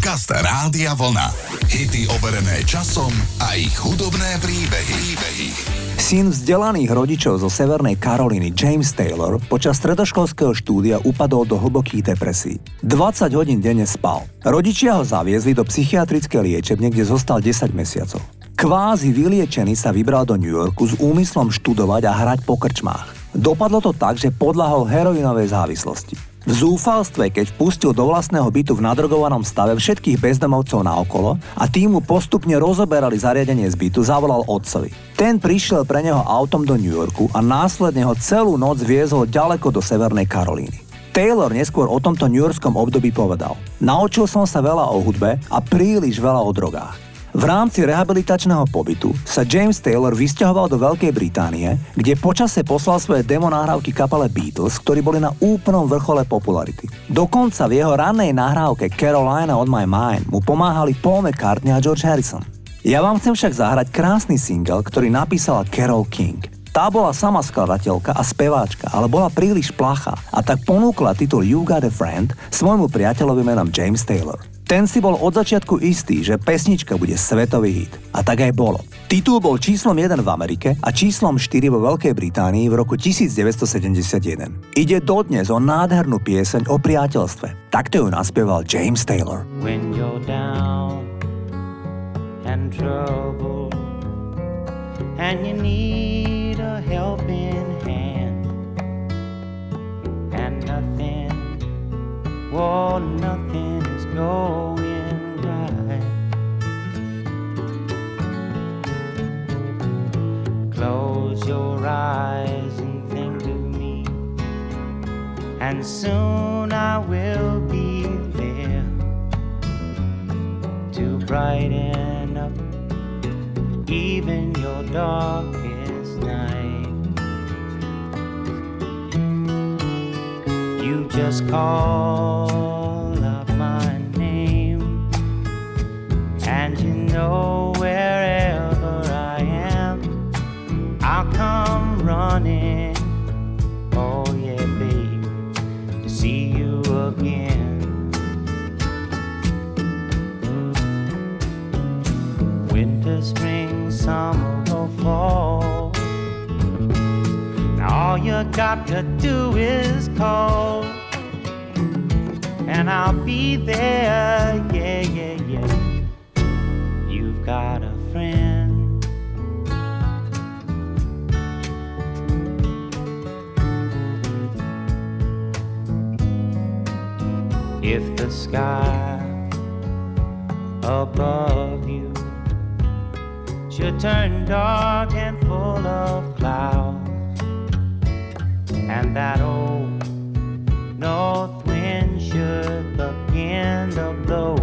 Podcast Rádia Vlna. Hity overené časom a ich hudobné príbehy. Syn vzdelaných rodičov zo Severnej Karolíny James Taylor počas stredoškolského štúdia upadol do hlbokých depresí. 20 hodín denne spal. Rodičia ho zaviezli do psychiatrickej liečebne, kde zostal 10 mesiacov. Kvázi vyliečený sa vybral do New Yorku s úmyslom študovať a hrať po krčmách. Dopadlo to tak, že podľahol heroinovej závislosti. V zúfalstve, keď vpustil do vlastného bytu v nadrogovanom stave všetkých bezdomovcov naokolo a tým mu postupne rozoberali zariadenie z bytu, zavolal otcovi. Ten prišiel pre neho autom do New Yorku a následne ho celú noc viezol ďaleko do Severnej Karolíny. Taylor neskôr o tomto newyorskom období povedal: Naučil som sa veľa o hudbe a príliš veľa o drogách. V rámci rehabilitačného pobytu sa James Taylor vysťahoval do Veľkej Británie, kde počase poslal svoje demo nahrávky kapele Beatles, ktorí boli na úplnom vrchole popularity. Dokonca v jeho rannej nahrávke Carolina on my mind mu pomáhali Paul McCartney a George Harrison. Ja vám chcem však zahrať krásny single, ktorý napísala Carole King. Tá bola sama skladateľka a speváčka, ale bola príliš plachá a tak ponúkla titul You Got a Friend svojmu priateľovi menom James Taylor. Ten si bol od začiatku istý, že pesnička bude svetový hit. A tak aj bolo. Titul bol číslom 1 v Amerike a číslom 4 vo Veľkej Británii v roku 1971. Ide dodnes o nádhernú pieseň o priateľstve. Takto ju naspieval James Taylor. When you're down and troubled and you need a helping hand and nothing is going right. Close your eyes and think of me, and soon I will be there to brighten up even your darkest night. You just call up my name, and you know wherever I am, I'll come running. Oh yeah, babe, to see you again. Winter, spring, summer or fall, now all you got to do is call, and I'll be there, yeah, yeah, yeah. You've got a friend. If the sky above you should turn dark and full of clouds, and that old north wind should begin to blow,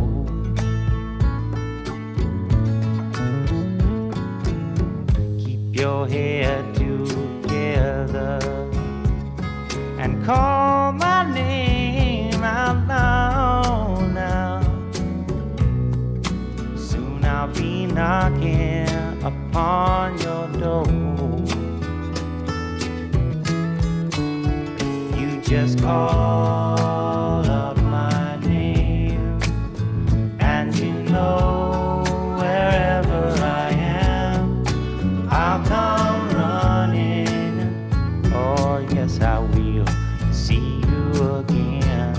keep your head together and call my name out loud now. Soon I'll be knocking upon your door. You just call up my name, and you know wherever I am, I'll come running. Oh yes, I will see you again.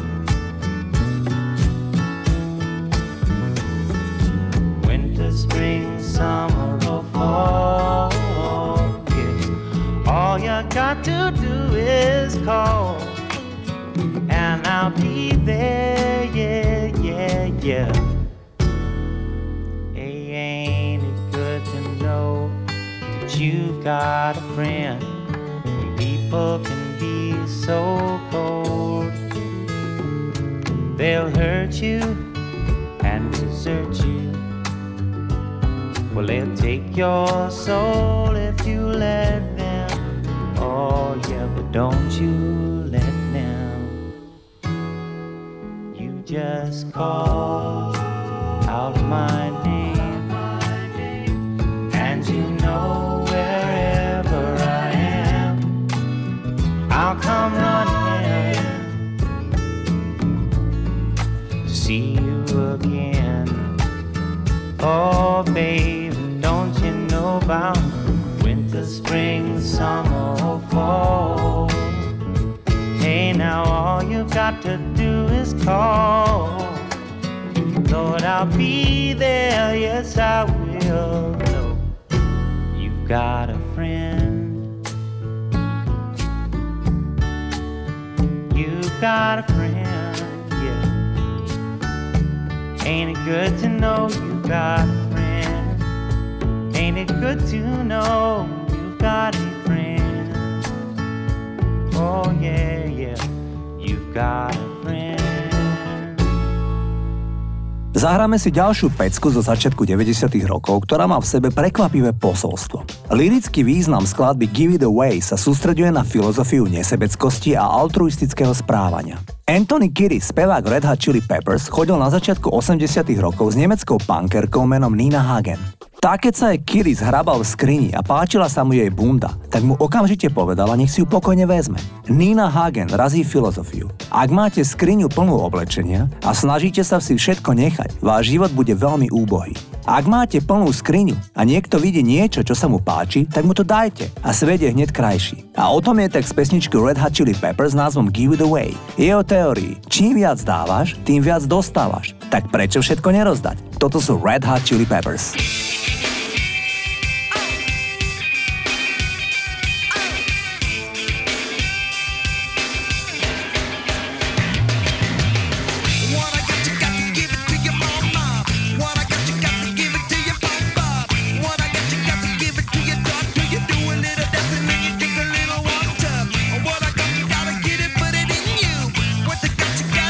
Winter, spring, summer or fall, yeah. All you got to do is call, and I'll be there, yeah, yeah, yeah. Hey, ain't it good to know that you've got a friend when people can be so cold? They'll hurt you and desert you. Well, they'll take your soul if you let them. Oh yeah, but don't you let them. You just call out my name, and you know wherever I am, I'll come running to see you again. Oh, babe, don't you know about winter, spring, summer, or fall? Hey, now all you've got to do is call. Lord, I'll be there, yes, I will. No, you've got a friend. You've got a friend, yeah. Ain't it good to know you've got a friend? Ain't it good to know you've got a friend? Oh yeah, yeah, you've got a friend. Zahráme si ďalšiu pecku zo začiatku 90. rokov, ktorá má v sebe prekvapivé posolstvo. Lyrický význam skladby Give It Away sa sústreďuje na filozofiu nesebeckosti a altruistického správania. Anthony Kiedis, spevák Red Hot Chili Peppers, chodil na začiatku 80. rokov s nemeckou punkerkou menom Nina Hagen. Tá, keď sa jej Kiedis hrabal v skrini a páčila sa mu jej bunda, tak mu okamžite povedala, nech si ju pokojne vezme. Nina Hagen razí filozofiu. Ak máte skriňu plnú oblečenia a snažíte sa si všetko nechať, váš život bude veľmi úbohý. Ak máte plnú skriňu a niekto vidí niečo, čo sa mu páči, tak mu to dajte a svet je hneď krajší. A o tom je text pesničky Red Hot Chili Peppers s názvom Give It Away. Je o teórii, čím viac dávaš, tým viac dostávaš. Tak prečo všetko nerozdať? Toto sú Red Hot Chili Peppers.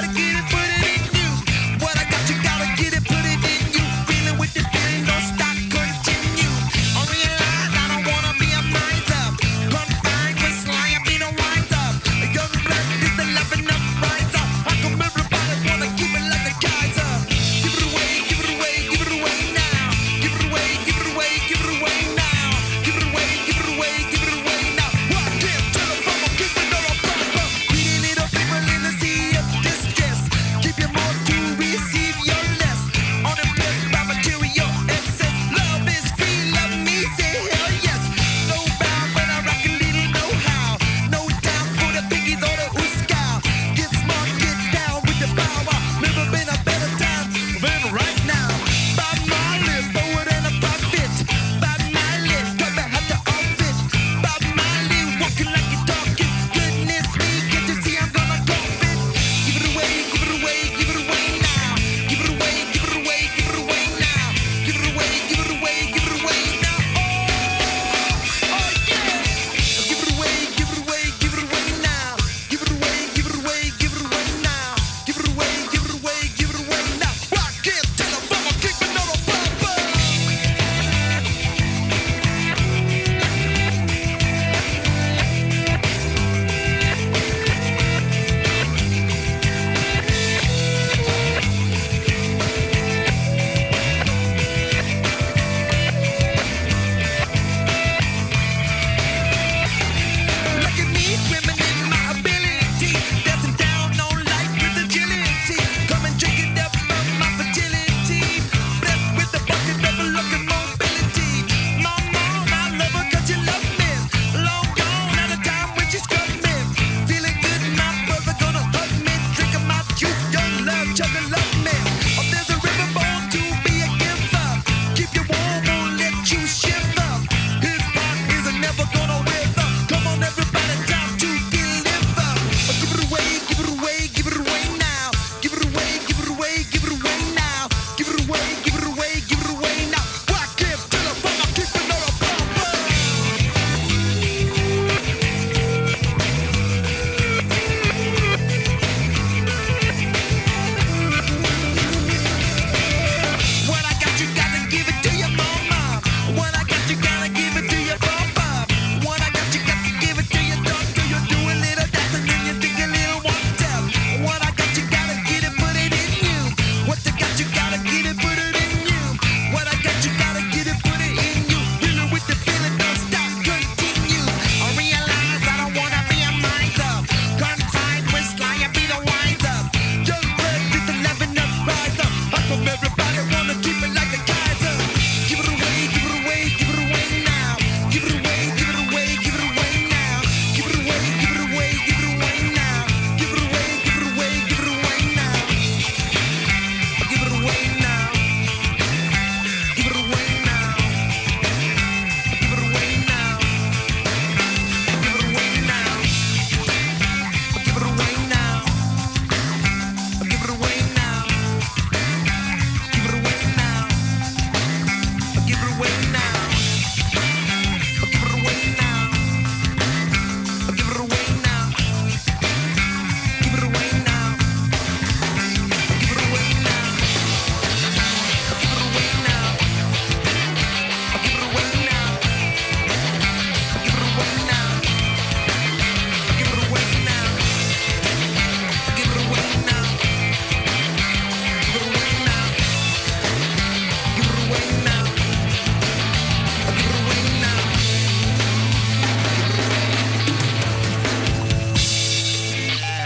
Stop.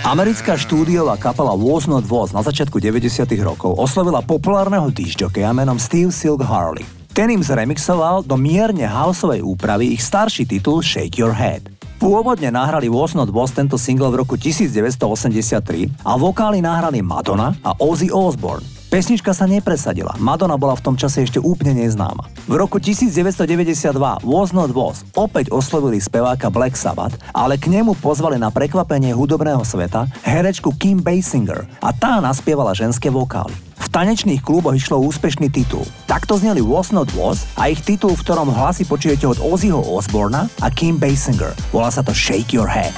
Americká štúdiová kapela Was Not Was na začiatku 90. rokov oslovila populárneho discjokeja menom Steve Silk Harley. Ten im zremixoval do mierne houseovej úpravy ich starší titul Shake Your Head. Pôvodne nahrali Was Not Was tento single v roku 1983 a vokály nahrali Madonna a Ozzy Osbourne. Pesnička sa nepresadila, Madonna bola v tom čase ešte úplne neznáma. V roku 1992 Was Not Was opäť oslovili speváka Black Sabbath, ale k nemu pozvali na prekvapenie hudobného sveta herečku Kim Basinger a tá naspievala ženské vokály. V tanečných kluboch išlo úspešný titul. Takto zneli Was Not Was a ich titul, v ktorom hlasy počujete od Ozzyho Osbourna a Kim Basinger. Volá sa to Shake Your Head.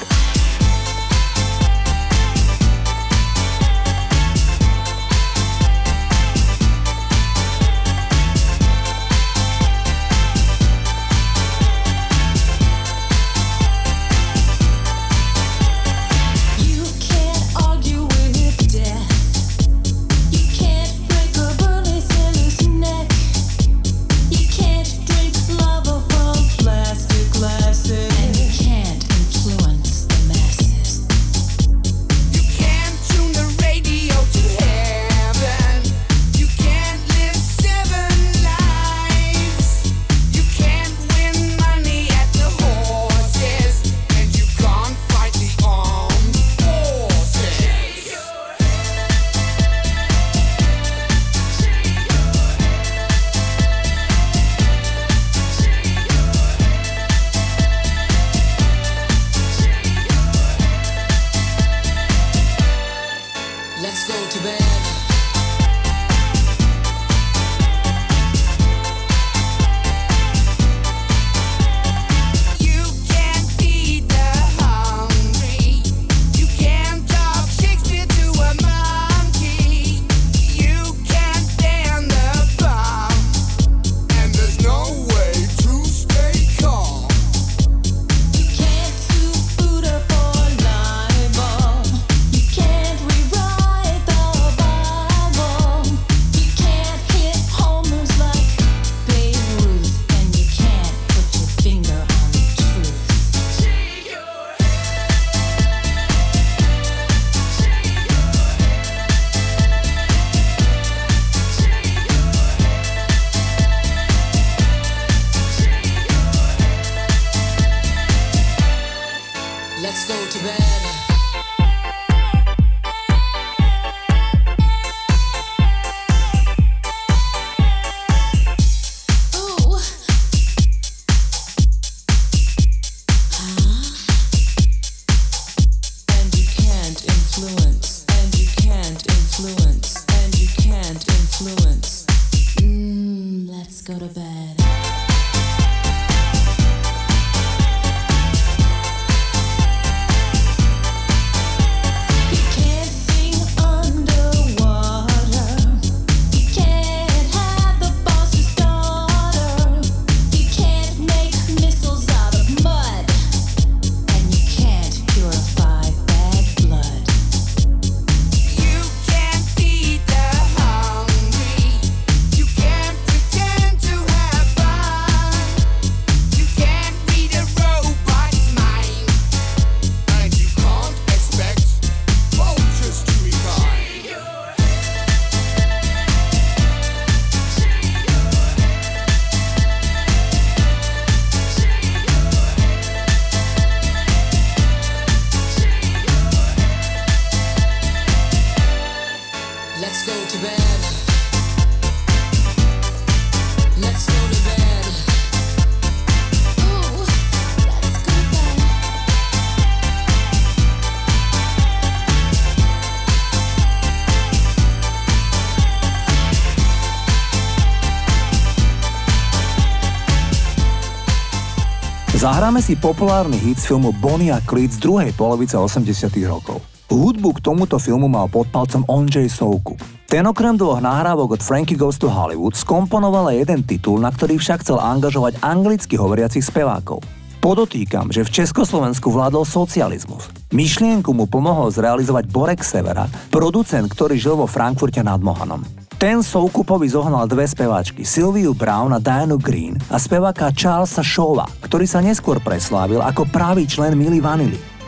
Zahráme si populárny hit z filmu Bonnie a Clyde z druhej polovice 80. rokov. Hudbu k tomuto filmu mal pod palcom Ondřej Soukup. Ten okrem dvoch nahrávok od Frankie Goes to Hollywood skomponoval aj jeden titul, na ktorý však chcel angažovať anglicky hovoriacich spevákov. Podotýkam, že v Československu vládol socializmus. Myšlienku mu pomohol zrealizovať Borek Severa, producent, ktorý žil vo Frankfurte nad Mohanom. Ten Soukupovi zohnal dve speváčky, Sylviu Brown a Dianu Green, a speváka Charlesa Shawa, ktorý sa neskôr preslávil ako pravý člen Milli Vanilli.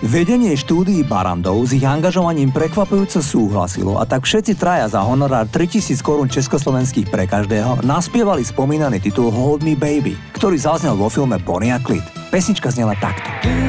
Vedenie štúdií Barrandov s ich angažovaním prekvapujúco súhlasilo a tak všetci traja za honorár 3000 korún československých pre každého naspievali spomínaný titul Hold Me Baby, ktorý zaznel vo filme Bonnie a Clyde. Pesnička znela takto.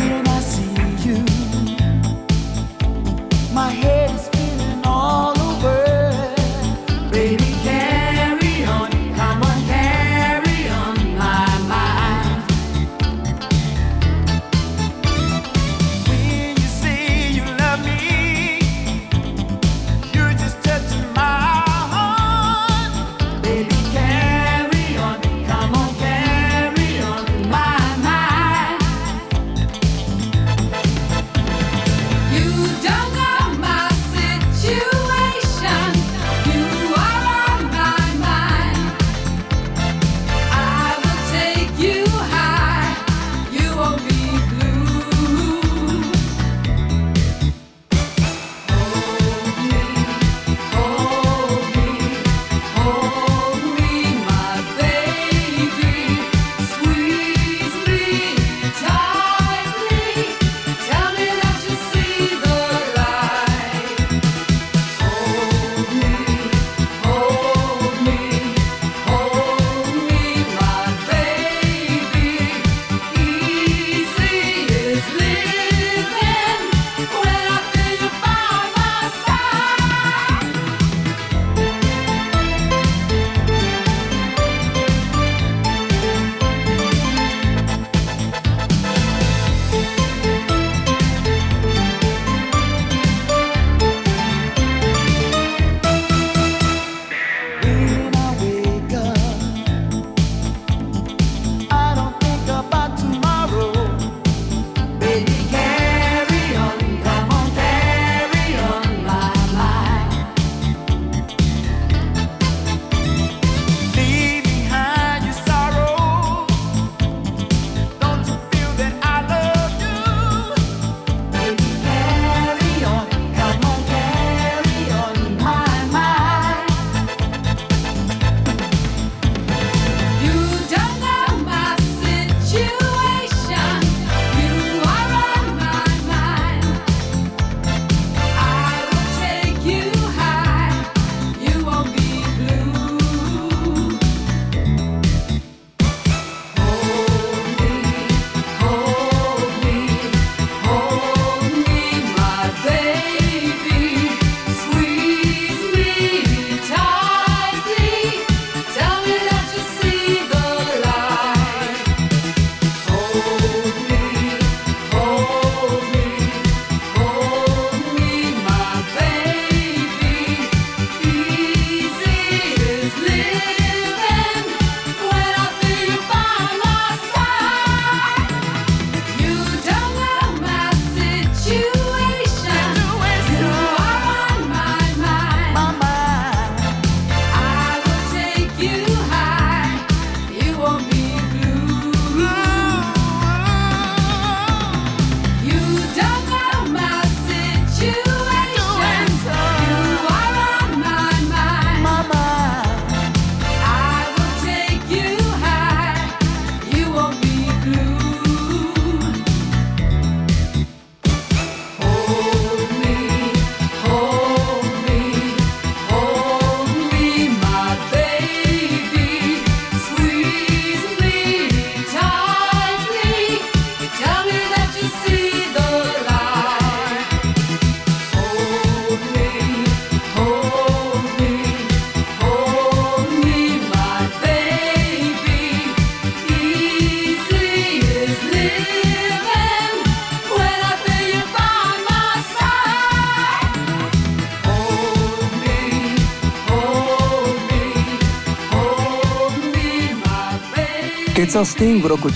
Keď sa Sting v roku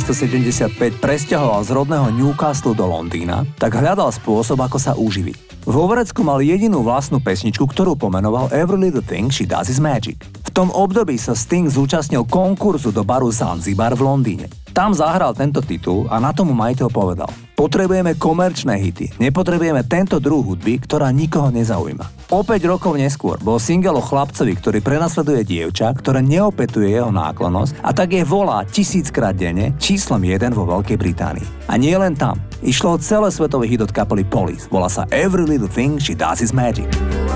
1975 presťahoval z rodného Newcastle do Londýna, tak hľadal spôsob, ako sa uživiť. Vo vrecku mal jedinú vlastnú pesničku, ktorú pomenoval Every Little Thing She Does Is Magic. V tom období sa Sting zúčastnil konkurzu do baru Zanzibar v Londýne. Tam zahral tento titul a na tomu majiteľ povedal: potrebujeme komerčné hity, nepotrebujeme tento druh hudby, ktorá nikoho nezaujíma. O 5 rokov neskôr bol single o chlapcovi, ktorý prenasleduje dievča, ktoré neopetuje jeho náklonnosť a tak je volá 1000-krát denne číslom 1 vo Veľkej Británii. A nie len tam. Išlo o celosvetový hit od kapely Police. Volá sa Every Little Thing She Does Is Magic.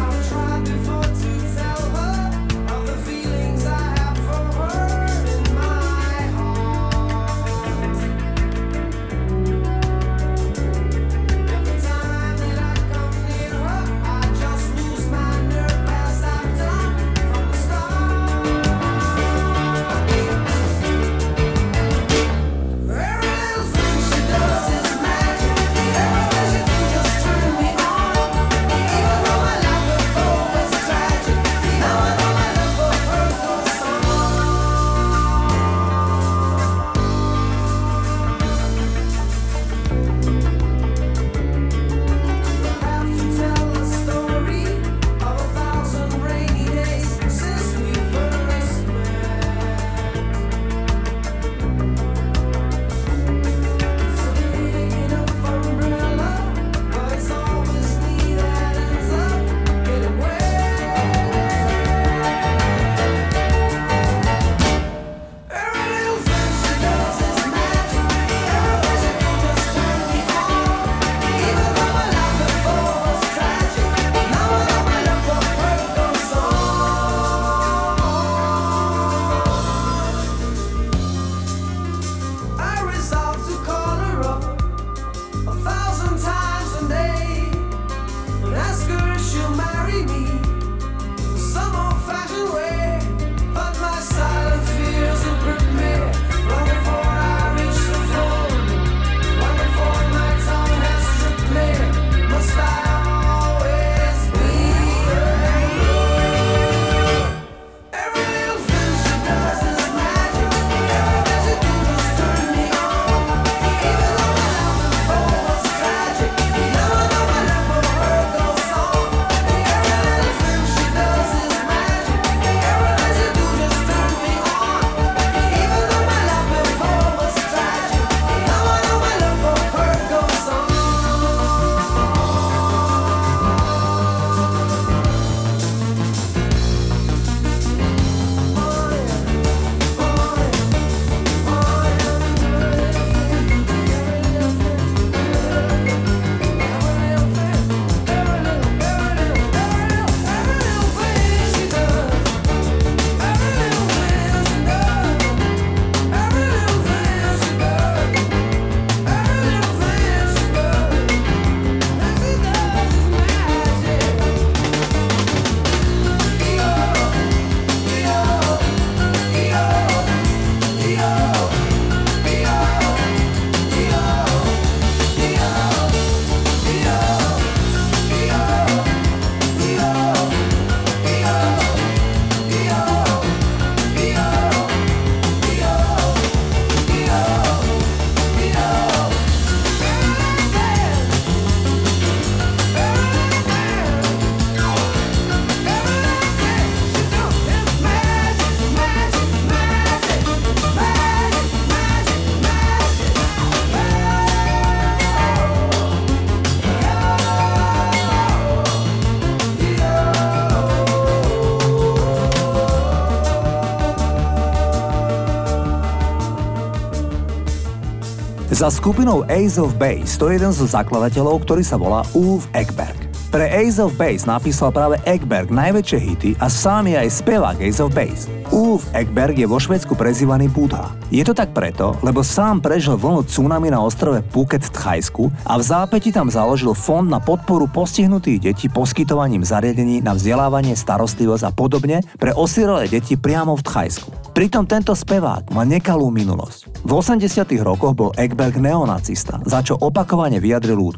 Za skupinou Ace of Base to je jeden zo zakladateľov, ktorý sa volá Ulf Ekberg. Pre Ace of Base napísal práve Ekberg najväčšie hity a sám je aj spevák Ace of Base. Ulf Ekberg je vo Švédsku prezývaný Buddha. Je to tak preto, lebo sám prežil vlnu tsunami na ostrove Phuket v Thajsku a v zápäti tam založil fond na podporu postihnutých detí poskytovaním zariadení na vzdelávanie, starostlivosť a podobne pre osirelé deti priamo v Thajsku. Pritom tento spevák má nekalú minulosť. V 80. rokoch bol Ekberg neonacista, za čo opakovane vyjadril lútosť.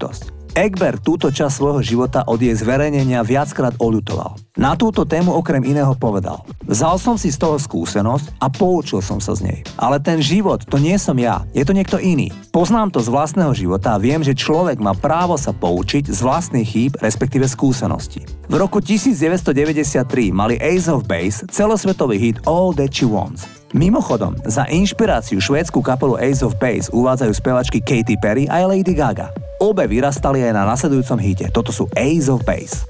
Egbert túto časť svojho života od jej zverejnenia viackrát oľutoval. Na túto tému okrem iného povedal: Vzal som si z toho skúsenosť a poučil som sa z nej. Ale ten život, to nie som ja, je to niekto iný. Poznám to z vlastného života a viem, že človek má právo sa poučiť z vlastných chýb, respektíve skúseností. V roku 1993 mali Ace of Base celosvetový hit All That She Wants. Mimochodom, za inšpiráciu švédsku kapelu Ace of Base uvádzajú spevačky Katy Perry a Lady Gaga. Obe vyrastali aj na nasledujúcom hite. Toto sú Ace of Base.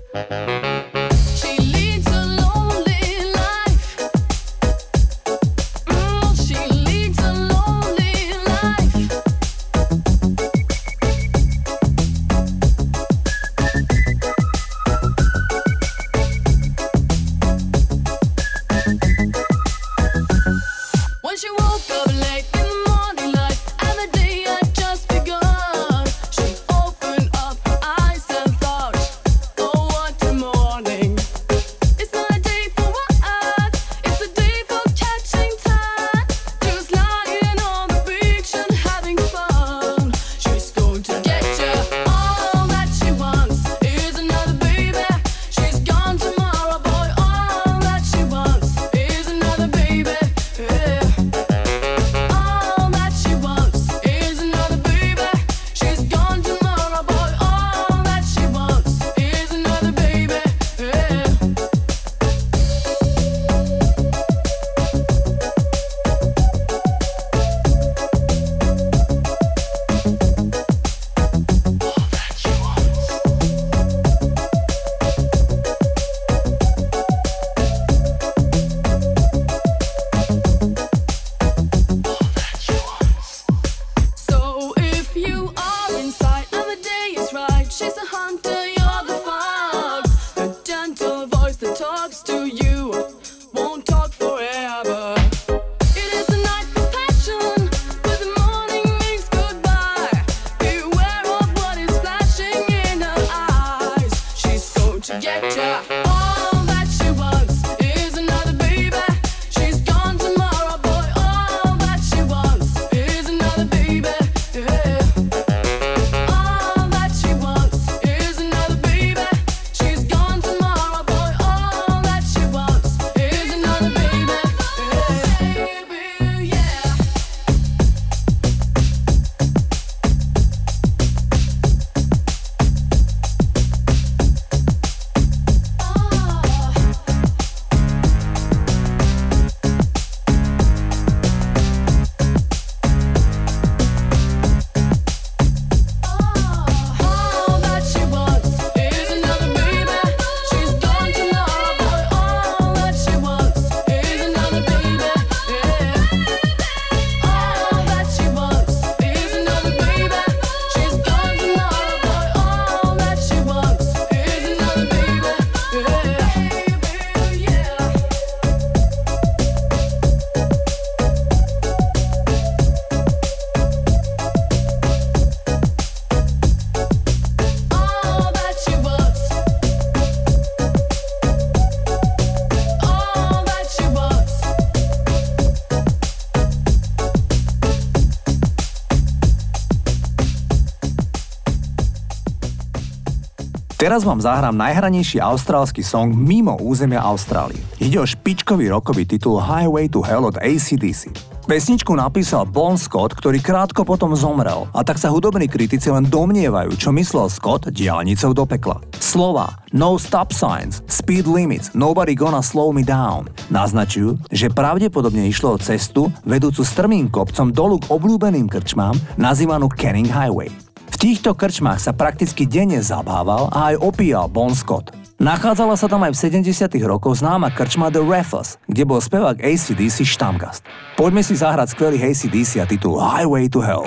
Teraz vám zahrám najhranejší austrálsky song mimo územia Austrálie. Ide o špičkový rockový titul Highway to Hell od AC/DC. Pesničku napísal Bon Scott, ktorý krátko potom zomrel, a tak sa hudobní kritici len domnievajú, čo myslel Scott diaľnicou do pekla. Slova No stop signs, speed limits, nobody gonna slow me down naznačujú, že pravdepodobne išlo o cestu vedúcu strmým kopcom dolu k obľúbeným krčmám nazývanú Canning Highway. V týchto krčmách sa prakticky denne zabával a aj opíjal Bon Scott. Nachádzala sa tam aj v 70. rokoch známa krčma The Raffles, kde bol spevák AC/DC štamgast. Poďme si zahrať skvelý AC/DC a titul Highway to Hell.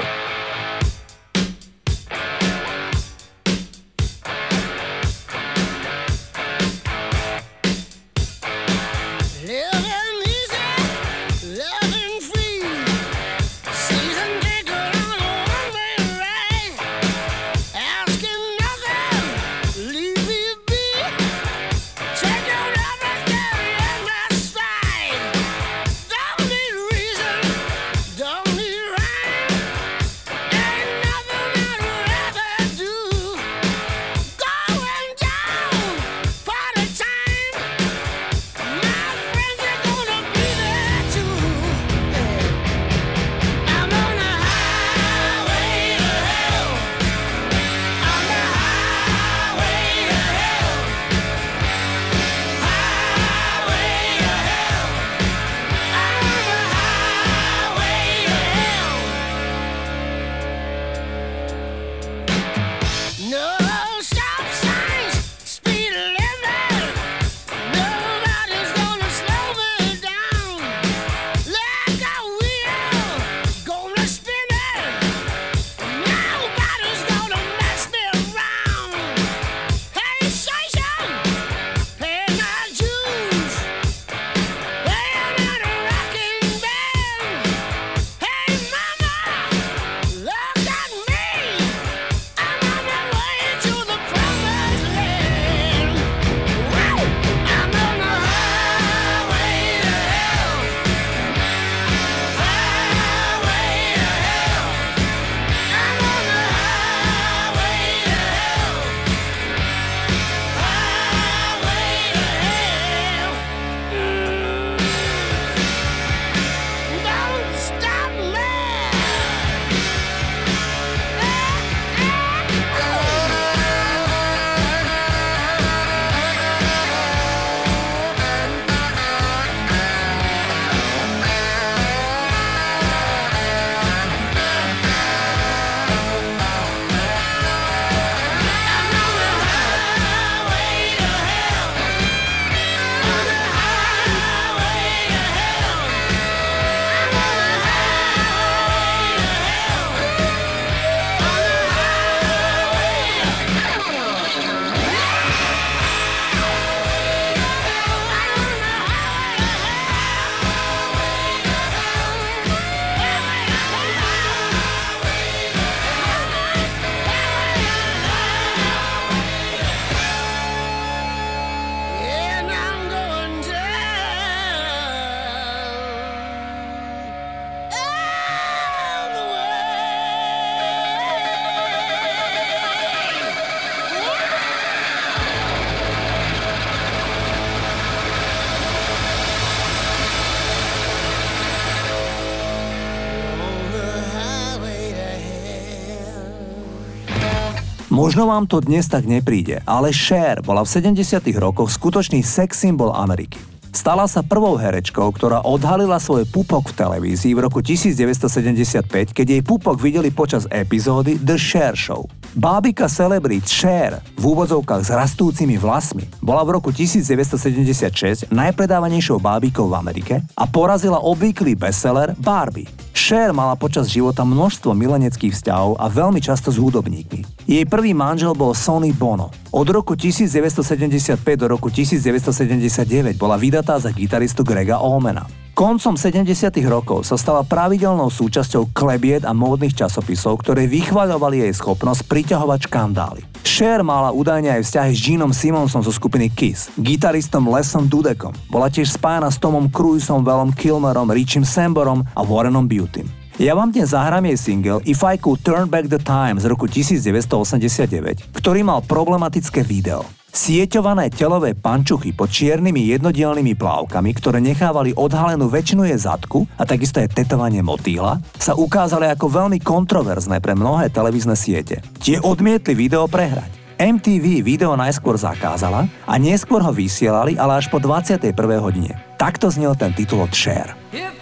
Možno vám to dnes tak nepríde, ale Cher bola v 70. rokoch skutočný sex symbol Ameriky. Stala sa prvou herečkou, ktorá odhalila svoj pupok v televízii v roku 1975, keď jej pupok videli počas epizódy The Cher Show. Bábika celebrít Cher v úvodzovkách s rastúcimi vlasmi bola v roku 1976 najpredávanejšou bábikou v Amerike a porazila obvyklý bestseller Barbie. Cher mala počas života množstvo mileneckých vzťahov a veľmi často s hudobníkmi. Jej prvý manžel bol Sonny Bono. Od roku 1975 do roku 1979 bola vydatá za gitaristu Grega Allmana. Koncom 70. rokov sa stala pravidelnou súčasťou klebiet a módnych časopisov, ktoré vychvaľovali jej schopnosť priťahovať škandály. Cher mala údajne aj vzťahy s Genom Simonsom zo skupiny Kiss, gitaristom Lesom Dudekom. Bola tiež spájana s Tomom Cruisom, Valom Kilmerom, Richim Samborom a Warrenom Beattym. Ja vám dnes zahrám jej single If I Could Turn Back the Time z roku 1989, ktorý mal problematické video. Sieťované telové pančuchy pod čiernymi jednodielnymi plávkami, ktoré nechávali odhalenú väčšinu jej zadku a takisto aj tetovanie motýla, sa ukázali ako veľmi kontroverzné pre mnohé televízne siete. Tie odmietli video prehrať. MTV video najskôr zakázala a neskôr ho vysielali, ale až po 21. hodine. Takto znel ten titul od Cher.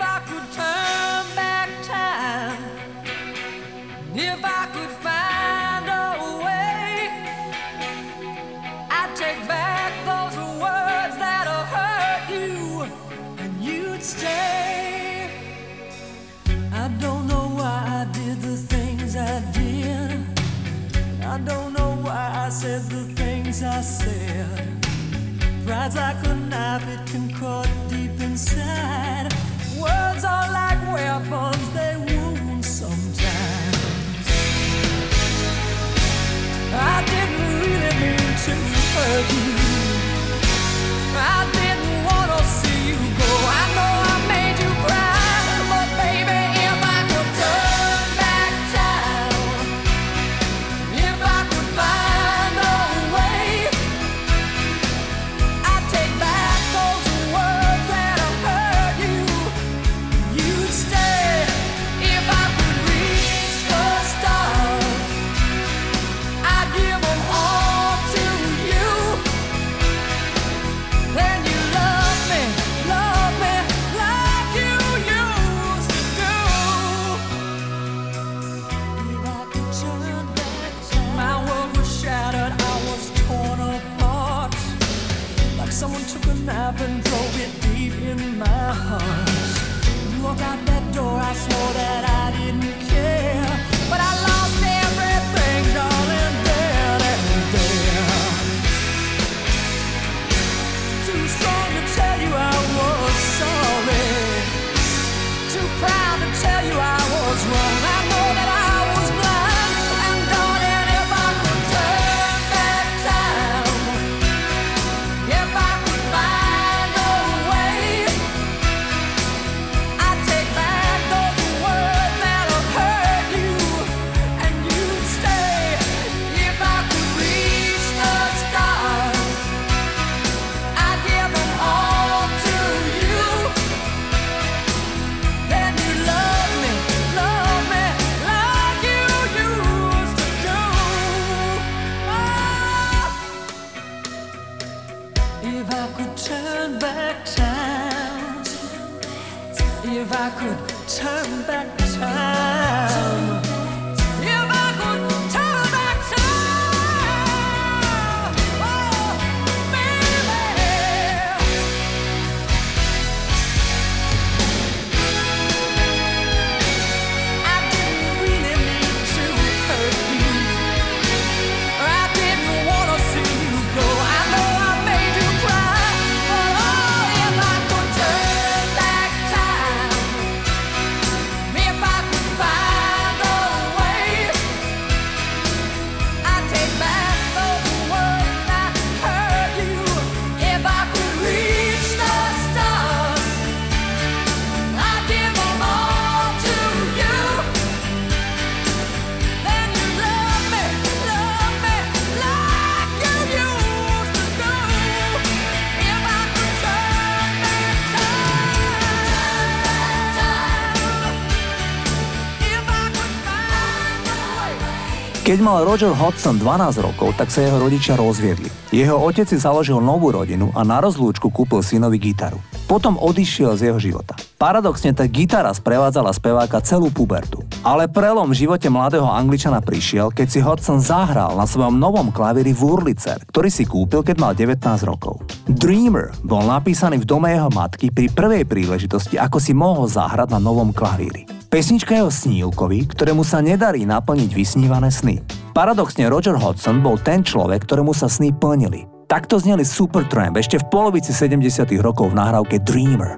Said the things I said. Pride's like a knife, it can cut deep inside. Words are like weapons, they wound sometimes. I didn't really mean to hurt you. I didn't want to see you go. I know I made you cry, but baby, if I could turn back time, if I could find and drove it deep in my heart. You walk out that door, I swore that I didn't care, but I lost everything, darling, there and there. Too strong to tell you I was sorry, too proud to tell you I was wrong. I know that I was blind, and darling, if I could turn back time, if I could find if I could turn back time, if I could turn back time, oh, baby. I didn't really mean to hurt you, or I didn't want to see you go. I know I made you cry, but oh, if I could turn back time, if I could find Keď mal Roger Hodgson 12 rokov, tak sa jeho rodičia rozviedli. Jeho otec si založil novú rodinu a na rozlúčku kúpil synovi gitaru. Potom odišiel z jeho života. Paradoxne tá gitara sprevádzala speváka celú pubertu. Ale prelom v živote mladého Angličana prišiel, keď si Hodgson zahral na svojom novom klavíri Wurlitzer, ktorý si kúpil, keď mal 19 rokov. Dreamer bol napísaný v dome jeho matky pri prvej príležitosti, ako si mohol zahrať na novom klavíri. Pesnička je o snílkovi, ktorému sa nedarí naplniť vysnívané sny. Paradoxne Roger Hodgson bol ten človek, ktorému sa sny plnili. Takto zneli Supertramp ešte v polovici 70. rokov v nahrávke Dreamer.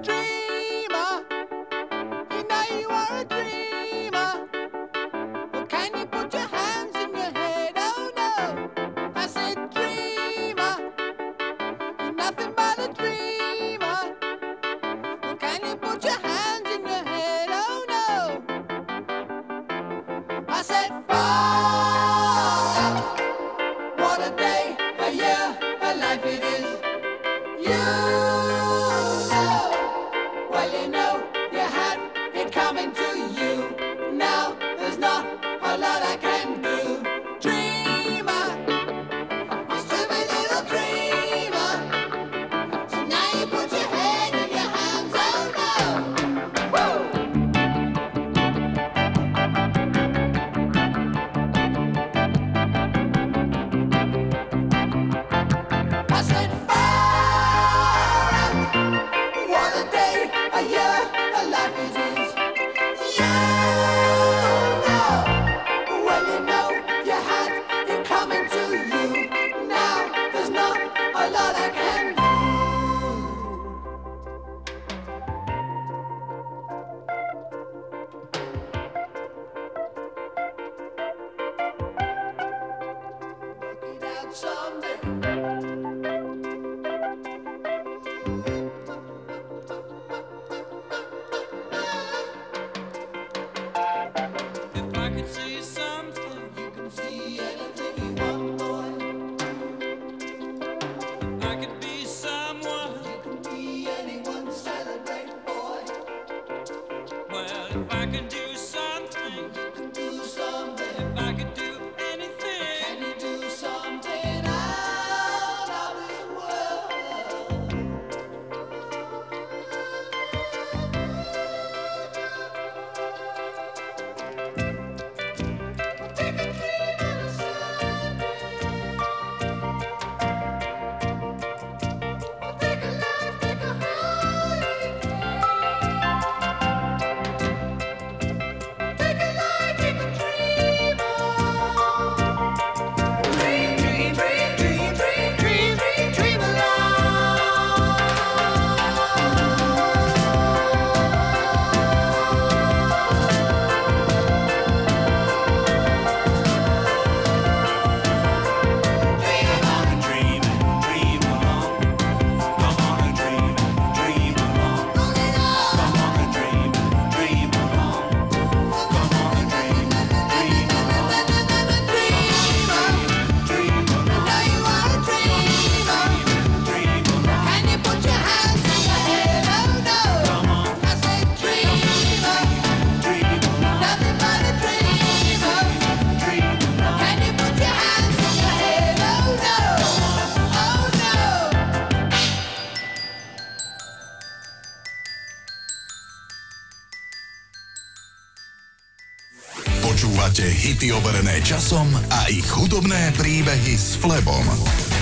Počúvate hity overené časom a ich hudobné príbehy s Flebom.